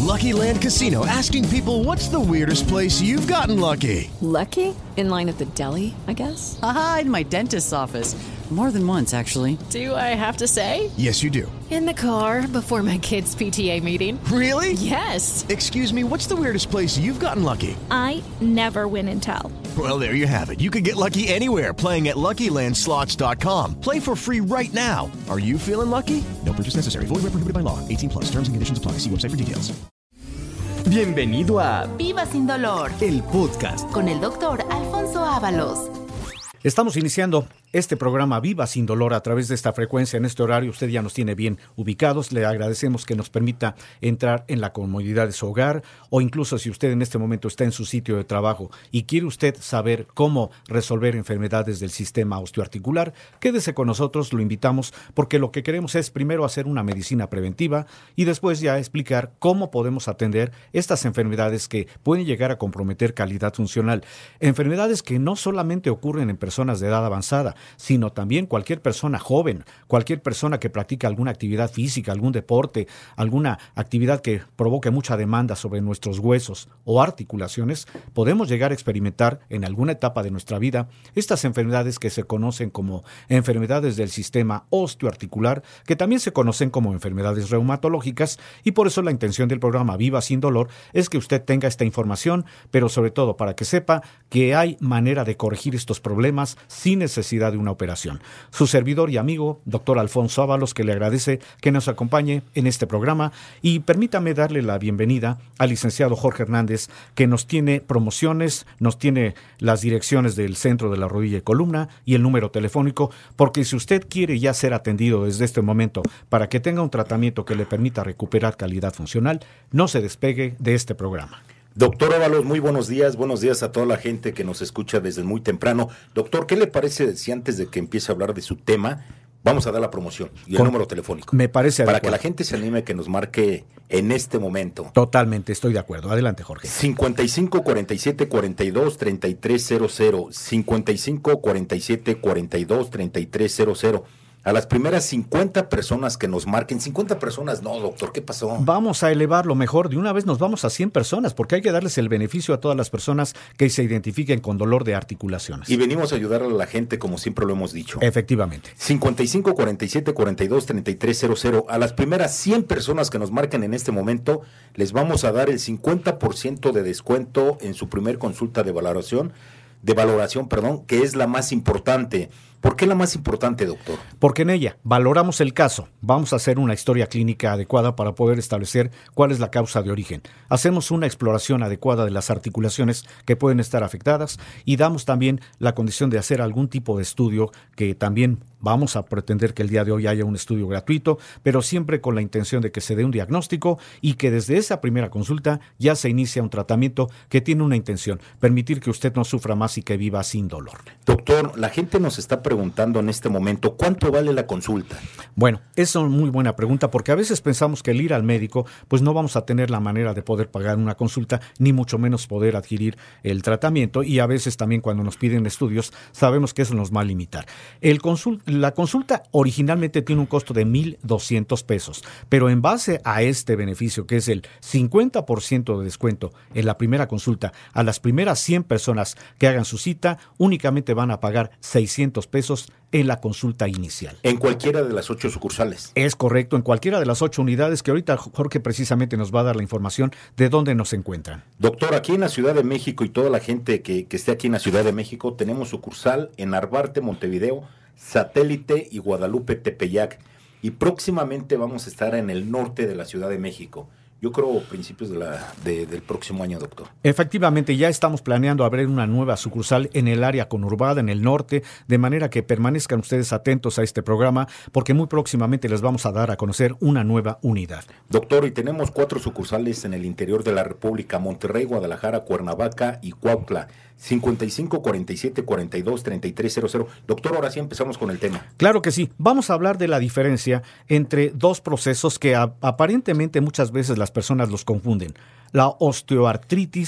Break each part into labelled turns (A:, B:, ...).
A: Lucky Land Casino, asking people, what's the weirdest place you've gotten lucky?
B: Lucky? In line at the deli, I guess?
C: Aha, in my dentist's office. More than once, actually.
B: Do I have to say?
A: Yes, you do.
B: In the car before my kids' PTA meeting.
A: Really?
B: Yes.
A: Excuse me, what's the weirdest place you've gotten lucky?
D: I never win and tell.
A: Well, there you have it. You can get lucky anywhere, playing at LuckyLandSlots.com. Play for free right now. Are you feeling lucky? No purchase necessary. Void where prohibited by law. 18+. Terms and conditions apply. See website for details.
E: Bienvenido a
F: Viva Sin Dolor,
E: el podcast
F: con el doctor Alfonso Ábalos.
G: Estamos iniciando este programa Viva Sin Dolor a través de esta frecuencia en este horario. Usted ya nos tiene bien ubicados. Le agradecemos que nos permita entrar en la comodidad de su hogar, o incluso si usted en este momento está en su sitio de trabajo y quiere usted saber cómo resolver enfermedades del sistema osteoarticular, quédese con nosotros, lo invitamos, porque lo que queremos es primero hacer una medicina preventiva y después ya explicar cómo podemos atender estas enfermedades que pueden llegar a comprometer calidad funcional. Enfermedades que no solamente ocurren en personas de edad avanzada, sino también cualquier persona joven, cualquier persona que practica alguna actividad física, algún deporte, alguna actividad que provoque mucha demanda sobre nuestros huesos o articulaciones, podemos llegar a experimentar en alguna etapa de nuestra vida estas enfermedades que se conocen como enfermedades del sistema osteoarticular, que también se conocen como enfermedades reumatológicas, y por eso la intención del programa Viva Sin Dolor es que usted tenga esta información, pero sobre todo para que sepa que hay manera de corregir estos problemas sin necesidad de una operación. Su servidor y amigo, doctor Alfonso Ábalos, que le agradece que nos acompañe en este programa, y permítame darle la bienvenida al licenciado Jorge Hernández, que nos tiene promociones, nos tiene las direcciones del Centro de la Rodilla y Columna y el número telefónico, porque si usted quiere ya ser atendido desde este momento para que tenga un tratamiento que le permita recuperar calidad funcional, no se despegue de este programa.
H: Doctor Ábalos, muy buenos días a toda la gente que nos escucha desde muy temprano. Doctor, ¿qué le parece si antes de que empiece a hablar de su tema, vamos a dar la promoción y el número telefónico?
G: Me parece
H: para
G: adecuado.
H: Que la gente se anime, que nos marque en este momento.
G: Totalmente, estoy de acuerdo. Adelante, Jorge.
H: 55 47 42 3300, 55 47 42 3300. A las primeras 50 personas que nos marquen. 50 personas, no, doctor, ¿qué pasó?
G: Vamos a elevarlo mejor. De una vez nos vamos a 100 personas, porque hay que darles el beneficio a todas las personas que se identifiquen con dolor de articulaciones.
H: Y venimos a ayudar a la gente, como siempre lo hemos dicho.
G: Efectivamente.
H: 55 47 42 3300. A las primeras 100 personas que nos marquen en este momento, les vamos a dar el 50% de descuento en su primer consulta de valoración, que es la más importante. ¿Por qué la más importante, doctor?
G: Porque en ella valoramos el caso, vamos a hacer una historia clínica adecuada para poder establecer cuál es la causa de origen. Hacemos una exploración adecuada de las articulaciones que pueden estar afectadas y damos también la condición de hacer algún tipo de estudio, que también vamos a pretender que el día de hoy haya un estudio gratuito, pero siempre con la intención de que se dé un diagnóstico y que desde esa primera consulta ya se inicia un tratamiento que tiene una intención: permitir que usted no sufra más y que viva sin dolor.
H: Doctor, la gente nos está preguntando en este momento, ¿cuánto vale la consulta?
G: Bueno, esa es una muy buena pregunta, porque a veces pensamos que el ir al médico, pues no vamos a tener la manera de poder pagar una consulta, ni mucho menos poder adquirir el tratamiento, y a veces también cuando nos piden estudios, sabemos que eso nos va a limitar. La consulta originalmente tiene un costo de 1,200 pesos, pero en base a este beneficio, que es el 50% de descuento en la primera consulta, a las primeras 100 personas que hagan su cita, únicamente van a pagar 600 pesos en la consulta inicial.
H: En cualquiera de las 8 sucursales.
G: Es correcto, en cualquiera de las 8 unidades, que ahorita Jorge precisamente nos va a dar la información de dónde nos encuentran.
H: Doctor, aquí en la Ciudad de México, y toda la gente que esté aquí en la Ciudad de México, tenemos sucursal en Narvarte, Montevideo, Satélite y Guadalupe, Tepeyac. Y próximamente vamos a estar en el norte de la Ciudad de México. Yo creo principios del próximo año, doctor.
G: Efectivamente, ya estamos planeando abrir una nueva sucursal en el área conurbada, en el norte, de manera que permanezcan ustedes atentos a este programa, porque muy próximamente les vamos a dar a conocer una nueva unidad.
H: Doctor, y tenemos 4 sucursales en el interior de la República: Monterrey, Guadalajara, Cuernavaca y Cuautla. 55 47 42 3300. Doctor, ahora sí empezamos con el tema.
G: Claro que sí. Vamos a hablar de la diferencia entre dos procesos que aparentemente muchas veces las personas los confunden: la osteoartritis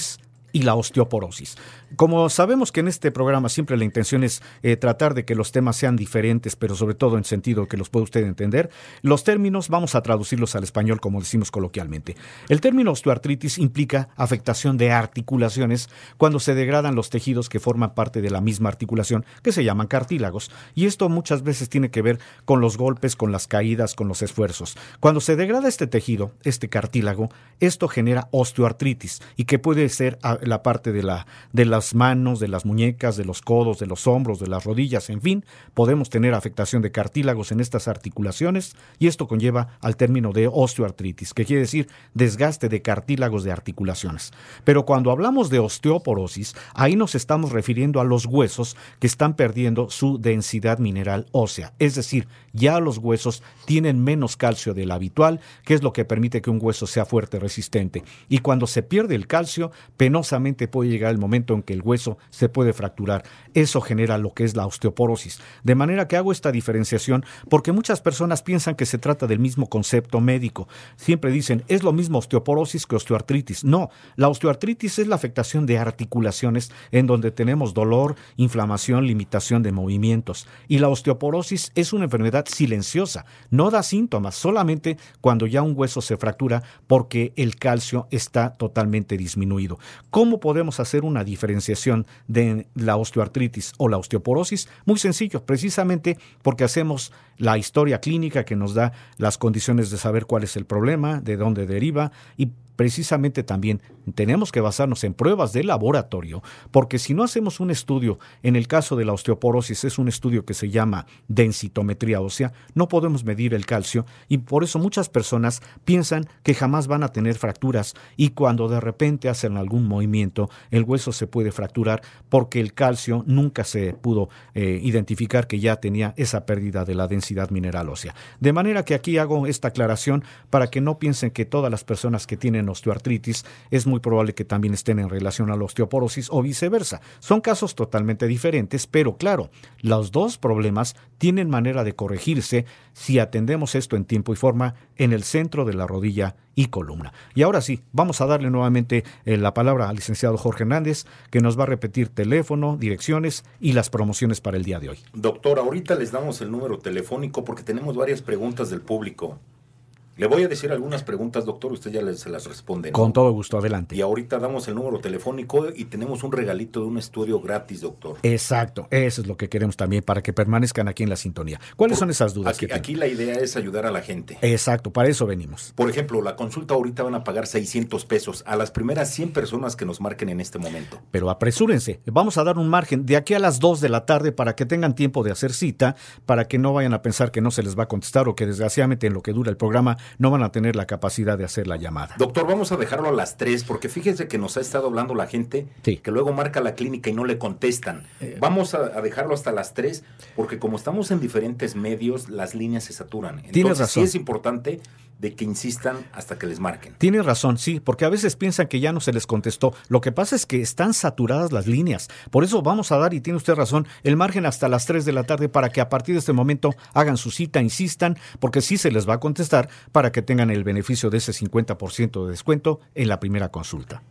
G: y la osteoporosis. Como sabemos que en este programa siempre la intención es tratar de que los temas sean diferentes, pero sobre todo en sentido que los pueda usted entender, los términos vamos a traducirlos al español como decimos coloquialmente. El término osteoartritis implica afectación de articulaciones cuando se degradan los tejidos que forman parte de la misma articulación, que se llaman cartílagos, y esto muchas veces tiene que ver con los golpes, con las caídas, con los esfuerzos. Cuando se degrada este tejido, este cartílago, esto genera osteoartritis, y que puede ser la parte de las manos, de las muñecas, de los codos, de los hombros, de las rodillas, en fin, podemos tener afectación de cartílagos en estas articulaciones y esto conlleva al término de osteoartritis, que quiere decir desgaste de cartílagos de articulaciones. Pero cuando hablamos de osteoporosis, ahí nos estamos refiriendo a los huesos que están perdiendo su densidad mineral ósea, es decir, ya los huesos tienen menos calcio del habitual, que es lo que permite que un hueso sea fuerte, resistente. Y cuando se pierde el calcio, penosamente puede llegar el momento en que el hueso se puede fracturar. Eso genera lo que es la osteoporosis. De manera que hago esta diferenciación porque muchas personas piensan que se trata del mismo concepto médico. Siempre dicen, es lo mismo osteoporosis que osteoartritis. No, la osteoartritis es la afectación de articulaciones en donde tenemos dolor, inflamación, limitación de movimientos. Y la osteoporosis es una enfermedad silenciosa. No da síntomas, solamente cuando ya un hueso se fractura porque el calcio está totalmente disminuido. ¿Cómo podemos hacer una diferenciación de la osteoartritis o la osteoporosis? Muy sencillo, precisamente porque hacemos la historia clínica que nos da las condiciones de saber cuál es el problema, de dónde deriva y precisamente también tenemos que basarnos en pruebas de laboratorio, porque si no hacemos un estudio, en el caso de la osteoporosis es un estudio que se llama densitometría ósea, no podemos medir el calcio y por eso muchas personas piensan que jamás van a tener fracturas y cuando de repente hacen algún movimiento, el hueso se puede fracturar porque el calcio nunca se pudo identificar que ya tenía esa pérdida de la densidad mineral ósea. De manera que aquí hago esta aclaración para que no piensen que todas las personas que tienen osteoartritis es muy probable que también estén en relación a la osteoporosis o viceversa. Son casos totalmente diferentes, pero claro, los dos problemas tienen manera de corregirse si atendemos esto en tiempo y forma en el centro de la rodilla y columna. Y ahora sí, vamos a darle nuevamente la palabra al licenciado Jorge Hernández, que nos va a repetir teléfono, direcciones y las promociones para el día de hoy.
H: Doctor, ahorita les damos el número telefónico porque tenemos varias preguntas del público. Le voy a decir algunas preguntas, doctor, usted ya se las responde, ¿no?
G: Con todo gusto, adelante.
H: Y ahorita damos el número telefónico y tenemos un regalito de un estudio gratis, doctor.
G: Exacto, eso es lo que queremos también, para que permanezcan aquí en la sintonía. ¿Cuáles son esas dudas?
H: Aquí la idea es ayudar a la gente.
G: Exacto, para eso venimos.
H: Por ejemplo, la consulta ahorita van a pagar 600 pesos a las primeras 100 personas que nos marquen en este momento.
G: Pero apresúrense, vamos a dar un margen de aquí a las 2 de la tarde para que tengan tiempo de hacer cita, para que no vayan a pensar que no se les va a contestar o que desgraciadamente en lo que dura el programa no van a tener la capacidad de hacer la llamada.
H: Doctor, vamos a dejarlo a las 3 porque fíjense que nos ha estado hablando la gente que luego marca la clínica y no le contestan. Vamos a dejarlo hasta las 3 porque como estamos en diferentes medios, las líneas se saturan. Entonces sí es importante de que insistan hasta que les marquen.
G: Tienes razón, sí, porque a veces piensan que ya no se les contestó. Lo que pasa es que están saturadas las líneas. Por eso vamos a dar, y tiene usted razón, el margen hasta las 3 de la tarde para que a partir de este momento hagan su cita, insistan, porque sí se les va a contestar para que tengan el beneficio de ese 50% de descuento en la primera consulta.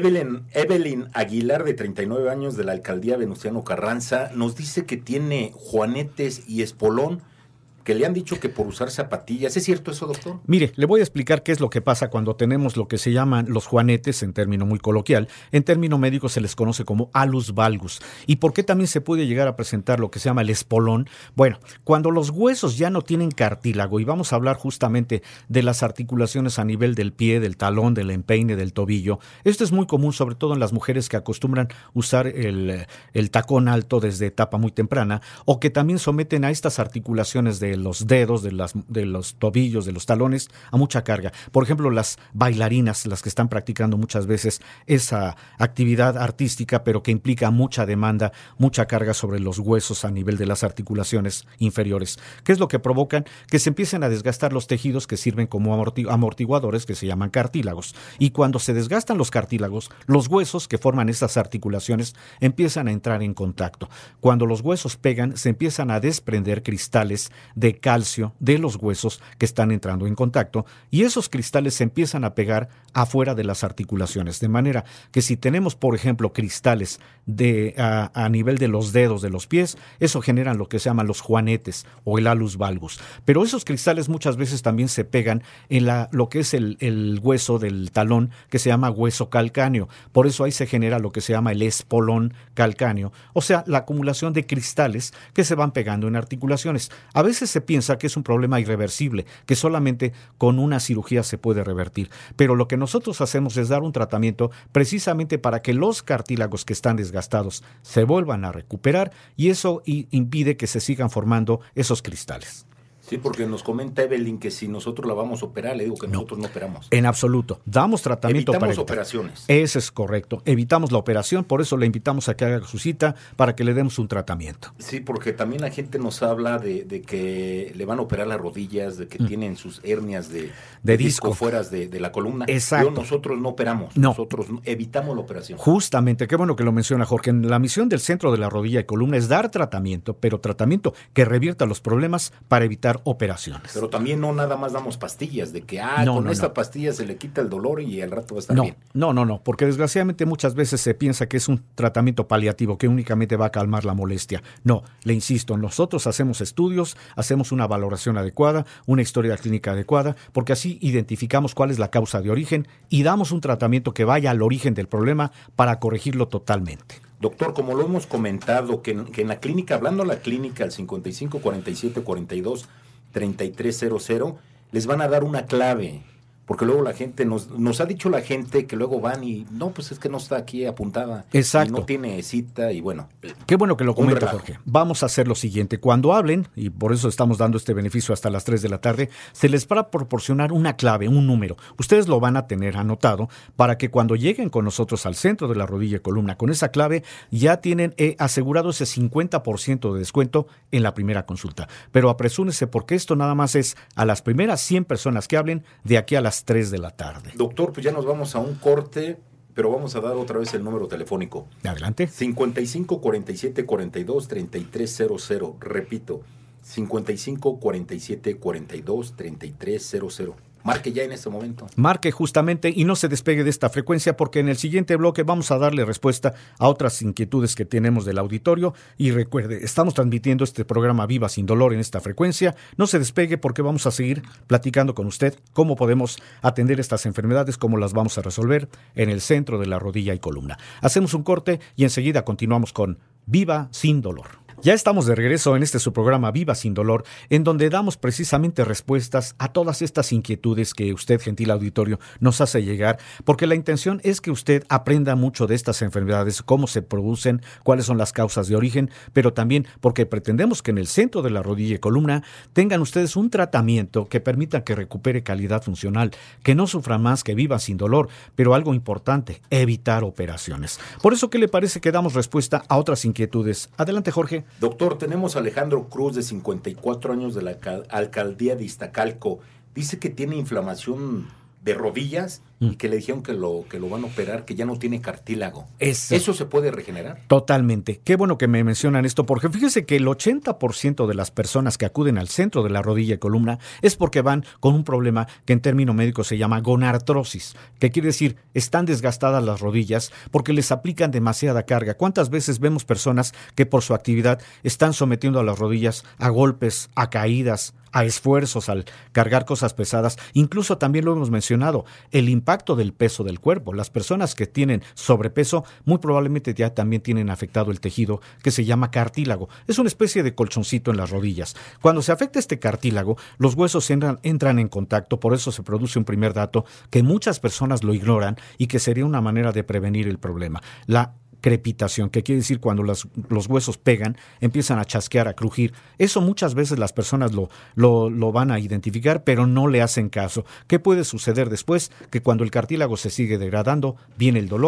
H: Evelyn Aguilar, de 39 años, de la alcaldía Venustiano Carranza, nos dice que tiene juanetes y espolón, que le han dicho que por usar zapatillas. ¿Es cierto eso, doctor?
G: Mire, le voy a explicar qué es lo que pasa cuando tenemos lo que se llaman los juanetes, en término muy coloquial. En término médico se les conoce como alus valgus. ¿Y por qué también se puede llegar a presentar lo que se llama el espolón? Bueno, cuando los huesos ya no tienen cartílago, y vamos a hablar justamente de las articulaciones a nivel del pie, del talón, del empeine, del tobillo. Esto es muy común, sobre todo en las mujeres que acostumbran usar el tacón alto desde etapa muy temprana, o que también someten a estas articulaciones de los dedos, de los tobillos, de los talones, a mucha carga. Por ejemplo, las bailarinas, las que están practicando muchas veces esa actividad artística, pero que implica mucha demanda, mucha carga sobre los huesos a nivel de las articulaciones inferiores. ¿Qué es lo que provocan? Que se empiecen a desgastar los tejidos que sirven como amortiguadores, que se llaman cartílagos. Y cuando se desgastan los cartílagos, los huesos que forman estas articulaciones empiezan a entrar en contacto. Cuando los huesos pegan, se empiezan a desprender cristales de de calcio de los huesos que están entrando en contacto, y esos cristales se empiezan a pegar afuera de las articulaciones, de manera que si tenemos, por ejemplo, cristales a nivel de los dedos de los pies, eso genera lo que se llaman los juanetes o el alus valgus. Pero esos cristales muchas veces también se pegan en lo que es el hueso del talón, que se llama hueso calcáneo. Por eso ahí se genera lo que se llama el espolón calcáneo, o sea, la acumulación de cristales que se van pegando en articulaciones. A veces se piensa que es un problema irreversible, que solamente con una cirugía se puede revertir, pero lo que nosotros hacemos es dar un tratamiento precisamente para que los cartílagos que están desgastados se vuelvan a recuperar, y eso impide que se sigan formando esos cristales.
H: Sí, porque nos comenta Evelyn que si nosotros la vamos a operar, le digo que nosotros no operamos.
G: En absoluto. Damos tratamiento para
H: evitamos operaciones.
G: Eso es correcto. Evitamos la operación, por eso le invitamos a que haga su cita para que le demos un tratamiento.
H: Sí, porque también la gente nos habla de que le van a operar las rodillas, de que tienen sus hernias de disco fuera de la columna.
G: Exacto.
H: Nosotros no operamos,
G: no.
H: Nosotros evitamos la operación.
G: Justamente, qué bueno que lo menciona Jorge. La misión del Centro de la Rodilla y Columna es dar tratamiento, pero tratamiento que revierta los problemas para evitar operaciones.
H: Pero también no nada más damos pastillas de que con esta pastilla se le quita el dolor y al rato va a estar bien.
G: No, porque desgraciadamente muchas veces se piensa que es un tratamiento paliativo que únicamente va a calmar la molestia. No, le insisto, nosotros hacemos estudios, hacemos una valoración adecuada, una historia clínica adecuada, porque así identificamos cuál es la causa de origen y damos un tratamiento que vaya al origen del problema para corregirlo totalmente.
H: Doctor, como lo hemos comentado, que en la clínica, hablando a la clínica al 55 47 42 3300, les van a dar una clave, porque luego la gente nos ha dicho la gente que luego van y no, pues es que no está aquí apuntada.
G: Exacto.
H: Y no tiene cita y bueno.
G: Qué bueno que lo comenta, Jorge. Vamos a hacer lo siguiente. Cuando hablen, y por eso estamos dando este beneficio hasta las 3 de la tarde, se les va a proporcionar una clave, un número. Ustedes lo van a tener anotado para que cuando lleguen con nosotros al Centro de la Rodilla y Columna con esa clave, ya tienen asegurado ese 50% de descuento en la primera consulta. Pero apresúrense, porque esto nada más es a las primeras 100 personas que hablen de aquí a las 3 de la tarde.
H: Doctor, pues ya nos vamos a un corte, pero vamos a dar otra vez el número telefónico.
G: Adelante.
H: 55 47 42 3300. Repito, 55 47 42 3300. Marque ya en este momento.
G: Marque justamente y no se despegue de esta frecuencia, porque en el siguiente bloque vamos a darle respuesta a otras inquietudes que tenemos del auditorio. Y recuerde, estamos transmitiendo este programa Viva Sin Dolor en esta frecuencia. No se despegue, porque vamos a seguir platicando con usted cómo podemos atender estas enfermedades, cómo las vamos a resolver en el Centro de la Rodilla y Columna. Hacemos un corte y enseguida continuamos con Viva Sin Dolor. Ya estamos de regreso en su programa Viva Sin Dolor, en donde damos precisamente respuestas a todas estas inquietudes que usted, gentil auditorio, nos hace llegar, porque la intención es que usted aprenda mucho de estas enfermedades, cómo se producen, cuáles son las causas de origen, pero también porque pretendemos que en el Centro de la Rodilla y Columna tengan ustedes un tratamiento que permita que recupere calidad funcional, que no sufra más, que viva sin dolor, pero algo importante, evitar operaciones. Por eso, ¿qué le parece que damos respuesta a otras inquietudes? Adelante, Jorge.
H: Doctor, tenemos a Alejandro Cruz, de 54 años, de la alcaldía de Iztacalco. Dice que tiene inflamación de rodillas y que le dijeron que lo van a operar, que ya no tiene cartílago. ¿Eso se puede regenerar?
G: Totalmente. Qué bueno que me mencionan esto, porque fíjese que el 80% de las personas que acuden al Centro de la Rodilla y Columna es porque van con un problema que en término médico se llama gonartrosis, que quiere decir están desgastadas las rodillas porque les aplican demasiada carga. ¿Cuántas veces vemos personas que por su actividad están sometiendo a las rodillas a golpes, a caídas, a esfuerzos al cargar cosas pesadas? Incluso también lo hemos mencionado, el impacto del peso del cuerpo. Las personas que tienen sobrepeso muy probablemente ya también tienen afectado el tejido que se llama cartílago. Es una especie de colchoncito en las rodillas. Cuando se afecta este cartílago, los huesos entran en contacto. Por eso se produce un primer dato que muchas personas lo ignoran y que sería una manera de prevenir el problema: la crepitación, que quiere decir cuando los huesos pegan, empiezan a chasquear, a crujir. Eso muchas veces las personas lo van a identificar, pero no le hacen caso. ¿Qué puede suceder después? Que cuando el cartílago se sigue degradando, viene el dolor,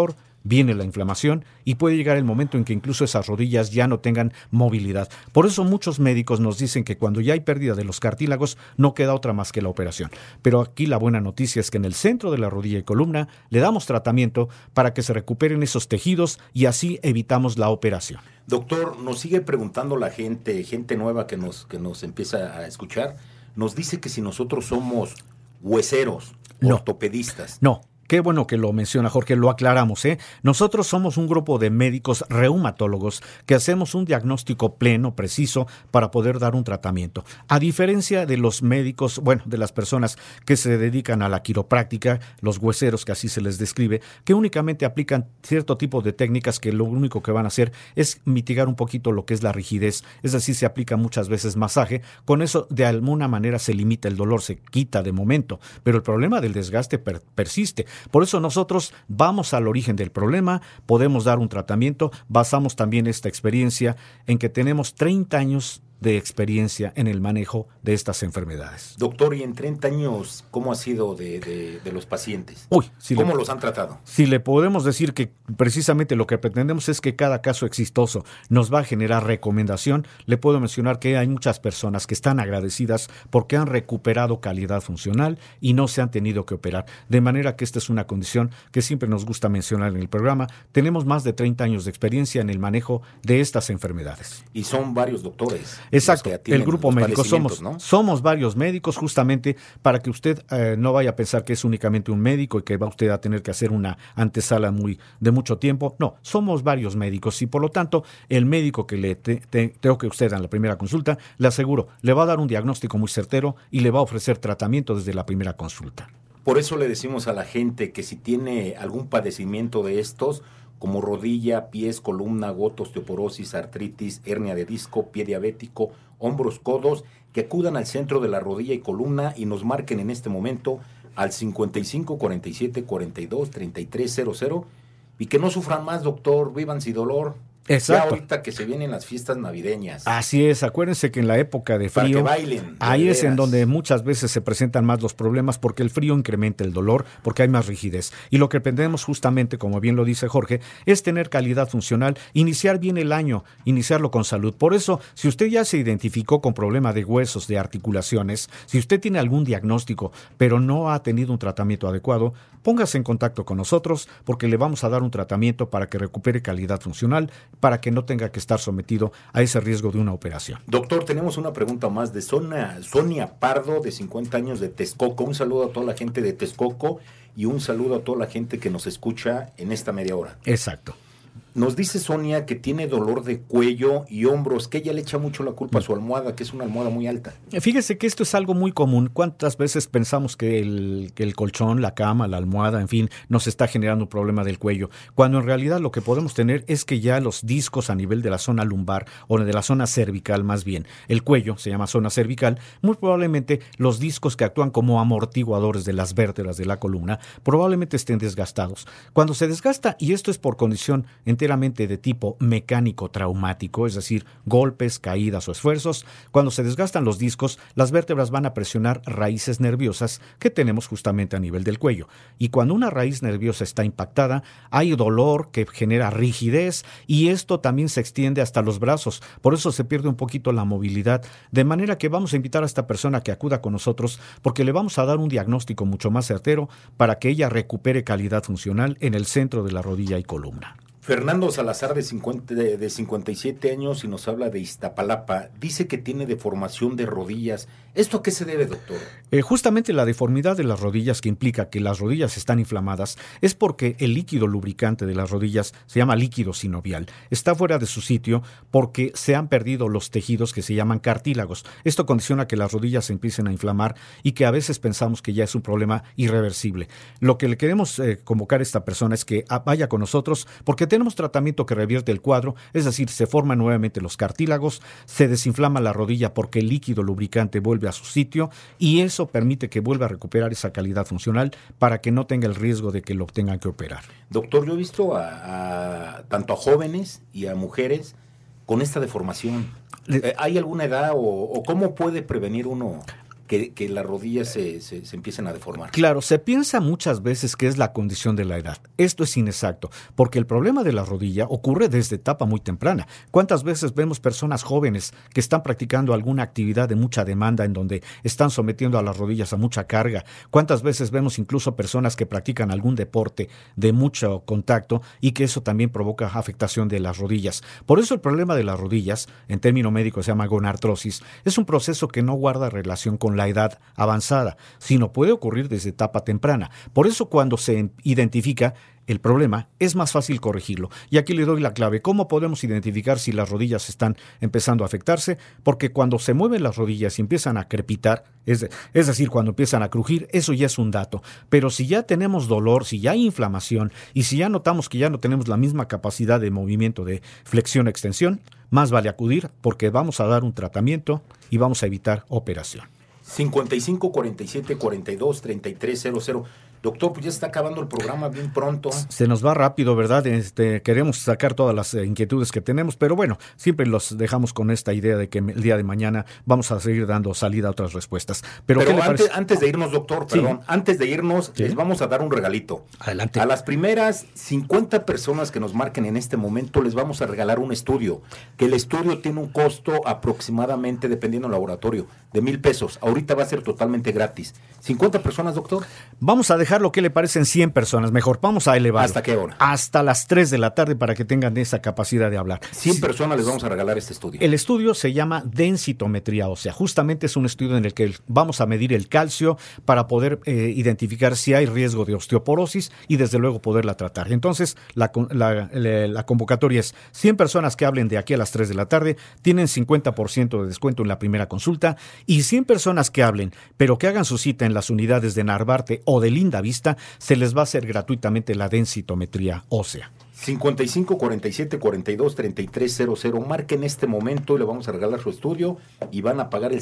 G: viene la inflamación y puede llegar el momento en que incluso esas rodillas ya no tengan movilidad. Por eso muchos médicos nos dicen que cuando ya hay pérdida de los cartílagos no queda otra más que la operación. Pero aquí la buena noticia es que en el centro de la rodilla y columna le damos tratamiento para que se recuperen esos tejidos y así evitamos la operación.
H: Doctor, nos sigue preguntando la gente nueva que nos empieza a escuchar, nos dice que si nosotros somos hueseros, ortopedistas.
G: No. Qué bueno que lo menciona, Jorge, lo aclaramos, ¿eh? Nosotros somos un grupo de médicos reumatólogos que hacemos un diagnóstico pleno, preciso, para poder dar un tratamiento. A diferencia de los médicos, de las personas que se dedican a la quiropráctica, los hueseros, que así se les describe, que únicamente aplican cierto tipo de técnicas que lo único que van a hacer es mitigar un poquito lo que es la rigidez. Es decir, se aplica muchas veces masaje. Con eso, de alguna manera, se limita el dolor, se quita de momento. Pero el problema del desgaste persiste. Por eso nosotros vamos al origen del problema, podemos dar un tratamiento, basamos también esta experiencia en que tenemos 30 años de experiencia en el manejo de estas enfermedades.
H: Doctor, y en 30 años, ¿cómo ha sido de los pacientes? ¿Cómo los han tratado?
G: Si le podemos decir que precisamente lo que pretendemos es que cada caso exitoso nos va a generar recomendación, le puedo mencionar que hay muchas personas que están agradecidas porque han recuperado calidad funcional y no se han tenido que operar. De manera que esta es una condición que siempre nos gusta mencionar en el programa. Tenemos más de 30 años de experiencia en el manejo de estas enfermedades.
H: Y son varios doctores.
G: Exacto, el grupo médico somos varios médicos justamente para que usted no vaya a pensar que es únicamente un médico y que va usted a tener que hacer una antesala de mucho tiempo. No, somos varios médicos y por lo tanto el médico que le tengo que usted en la primera consulta, le aseguro, le va a dar un diagnóstico muy certero y le va a ofrecer tratamiento desde la primera consulta.
H: Por eso le decimos a la gente que si tiene algún padecimiento de estos, como rodilla, pies, columna, gota, osteoporosis, artritis, hernia de disco, pie diabético, hombros, codos, que acudan al centro de la rodilla y columna y nos marquen en este momento al 55 47 42 33 00 y que no sufran más, doctor, vivan sin dolor.
G: Exacto.
H: Ya ahorita que se vienen las fiestas navideñas.
G: Así es, acuérdense que en la época de frío,
H: para que bailen,
G: ahí es en donde muchas veces se presentan más los problemas porque el frío incrementa el dolor, porque hay más rigidez. Y lo que pretendemos justamente, como bien lo dice Jorge, es tener calidad funcional, iniciar bien el año, iniciarlo con salud. Por eso, si usted ya se identificó con problema de huesos, de articulaciones, si usted tiene algún diagnóstico, pero no ha tenido un tratamiento adecuado, póngase en contacto con nosotros porque le vamos a dar un tratamiento para que recupere calidad funcional, para que no tenga que estar sometido a ese riesgo de una operación.
H: Doctor, tenemos una pregunta más de Sonia Pardo, de 50 años, de Texcoco. Un saludo a toda la gente de Texcoco y un saludo a toda la gente que nos escucha en esta media hora.
G: Exacto.
H: Nos dice Sonia que tiene dolor de cuello y hombros, que ella le echa mucho la culpa a su almohada, que es una almohada muy alta.
G: Fíjese que esto es algo muy común. ¿Cuántas veces pensamos que el colchón, la cama, la almohada, en fin, nos está generando un problema del cuello? Cuando en realidad lo que podemos tener es que ya los discos a nivel de la zona lumbar o de la zona cervical más bien, el cuello se llama zona cervical, muy probablemente los discos que actúan como amortiguadores de las vértebras de la columna probablemente estén desgastados. Cuando se desgasta, y esto es por condición enteramente de tipo mecánico traumático, es decir, golpes, caídas o esfuerzos, cuando se desgastan los discos, las vértebras van a presionar raíces nerviosas que tenemos justamente a nivel del cuello. Y cuando una raíz nerviosa está impactada, hay dolor que genera rigidez y esto también se extiende hasta los brazos. Por eso se pierde un poquito la movilidad. De manera que vamos a invitar a esta persona que acuda con nosotros porque le vamos a dar un diagnóstico mucho más certero para que ella recupere calidad funcional en el centro de la rodilla y columna.
H: Fernando Salazar, de 57 años, y nos habla de Iztapalapa. Dice que tiene deformación de rodillas. ¿Esto a qué se debe, doctor?
G: Justamente la deformidad de las rodillas, que implica que las rodillas están inflamadas, es porque el líquido lubricante de las rodillas se llama líquido sinovial. Está fuera de su sitio porque se han perdido los tejidos que se llaman cartílagos. Esto condiciona que las rodillas se empiecen a inflamar y que a veces pensamos que ya es un problema irreversible. Lo que le queremos convocar a esta persona es que vaya con nosotros porque tenemos tratamiento que revierte el cuadro, es decir, se forman nuevamente los cartílagos, se desinflama la rodilla porque el líquido lubricante vuelve a su sitio y eso permite que vuelva a recuperar esa calidad funcional para que no tenga el riesgo de que lo tengan que operar.
H: Doctor, yo he visto tanto a jóvenes y a mujeres con esta deformación. ¿Hay alguna edad o cómo puede prevenir uno que las rodillas se empiecen a deformar.
G: Claro, se piensa muchas veces que es la condición de la edad. Esto es inexacto, porque el problema de la rodilla ocurre desde etapa muy temprana. ¿Cuántas veces vemos personas jóvenes que están practicando alguna actividad de mucha demanda en donde están sometiendo a las rodillas a mucha carga? ¿Cuántas veces vemos incluso personas que practican algún deporte de mucho contacto y que eso también provoca afectación de las rodillas? Por eso el problema de las rodillas, en término médico se llama gonartrosis, es un proceso que no guarda relación con la edad avanzada, sino puede ocurrir desde etapa temprana. Por eso cuando se identifica el problema, es más fácil corregirlo. Y aquí le doy la clave. ¿Cómo podemos identificar si las rodillas están empezando a afectarse? Porque cuando se mueven las rodillas y empiezan a crepitar, es decir, cuando empiezan a crujir, eso ya es un dato. Pero si ya tenemos dolor, si ya hay inflamación y si ya notamos que ya no tenemos la misma capacidad de movimiento de flexión-extensión, más vale acudir porque vamos a dar un tratamiento y vamos a evitar operación.
H: 55 47 42 33 00. Doctor, pues ya está acabando el programa bien pronto.
G: Se nos va rápido, ¿verdad? Queremos sacar todas las inquietudes que tenemos, pero bueno, siempre los dejamos con esta idea de que el día de mañana vamos a seguir dando salida a otras respuestas. Pero
H: antes de irnos, doctor, perdón, antes de irnos, les vamos a dar un regalito.
G: Adelante.
H: A las primeras 50 personas que nos marquen en este momento les vamos a regalar un estudio, que el estudio tiene un costo aproximadamente, dependiendo del laboratorio, de $1,000. Ahorita va a ser totalmente gratis. 50 personas, doctor.
G: Vamos a dejar lo que le parecen 100 personas. Mejor, vamos a elevar.
H: ¿Hasta qué hora?
G: Hasta las 3 de la tarde para que tengan esa capacidad de hablar.
H: 100 personas les vamos a regalar este estudio.
G: El estudio se llama densitometría ósea. Justamente es un estudio en el que vamos a medir el calcio para poder identificar si hay riesgo de osteoporosis y desde luego poderla tratar. Entonces, la convocatoria es 100 personas que hablen de aquí a las 3 de la tarde, tienen 50% de descuento en la primera consulta, y 100 personas que hablen, pero que hagan su cita en las unidades de Narvarte o de Lindavista, se les va a hacer gratuitamente la densitometría ósea.
H: 55 47 42 33 00. Marquen este momento y le vamos a regalar su estudio y van a pagar el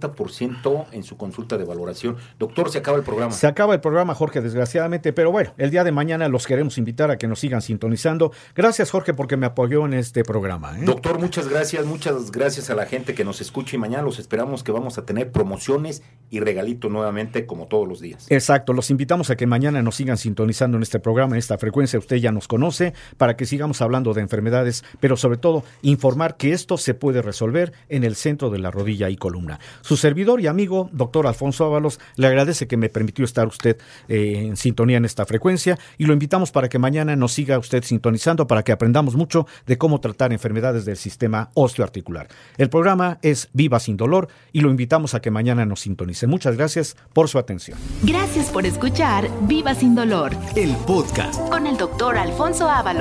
H: 50% en su consulta de valoración. Doctor, se acaba el programa.
G: Se acaba el programa, Jorge, desgraciadamente, pero bueno, el día de mañana los queremos invitar a que nos sigan sintonizando. Gracias, Jorge, porque me apoyó en este programa.
H: Doctor, muchas gracias a la gente que nos escucha y mañana los esperamos que vamos a tener promociones y regalito nuevamente como todos los días.
G: Exacto, los invitamos a que mañana nos sigan sintonizando en este programa, en esta frecuencia, usted ya nos conoce, para que sigamos hablando de enfermedades, pero sobre todo informar que esto se puede resolver en el centro de la rodilla y columna. Su servidor y amigo, doctor Alfonso Ábalos, le agradece que me permitió estar usted en sintonía en esta frecuencia y lo invitamos para que mañana nos siga usted sintonizando para que aprendamos mucho de cómo tratar enfermedades del sistema osteoarticular. El programa es Viva Sin Dolor y lo invitamos a que mañana nos sintonice. Muchas gracias por su atención.
F: Gracias por escuchar Viva Sin Dolor,
E: el podcast
F: con el doctor Alfonso Ábalos.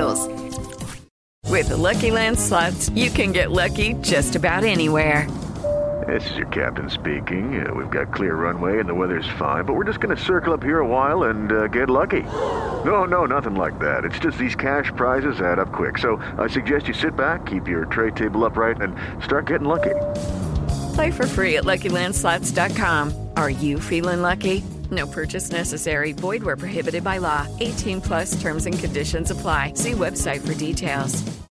I: With the Lucky Land Slots, you can get lucky just about anywhere.
J: This is your captain speaking. We've got clear runway and the weather's fine, but we're just going to circle up here a while and get lucky. No, nothing like that. It's just these cash prizes add up quick. So I suggest you sit back, keep your tray table upright, and start getting lucky.
I: Play for free at LuckyLandSlots.com. Are you feeling lucky? No purchase necessary. Void where prohibited by law. 18+ terms and conditions apply. See website for details.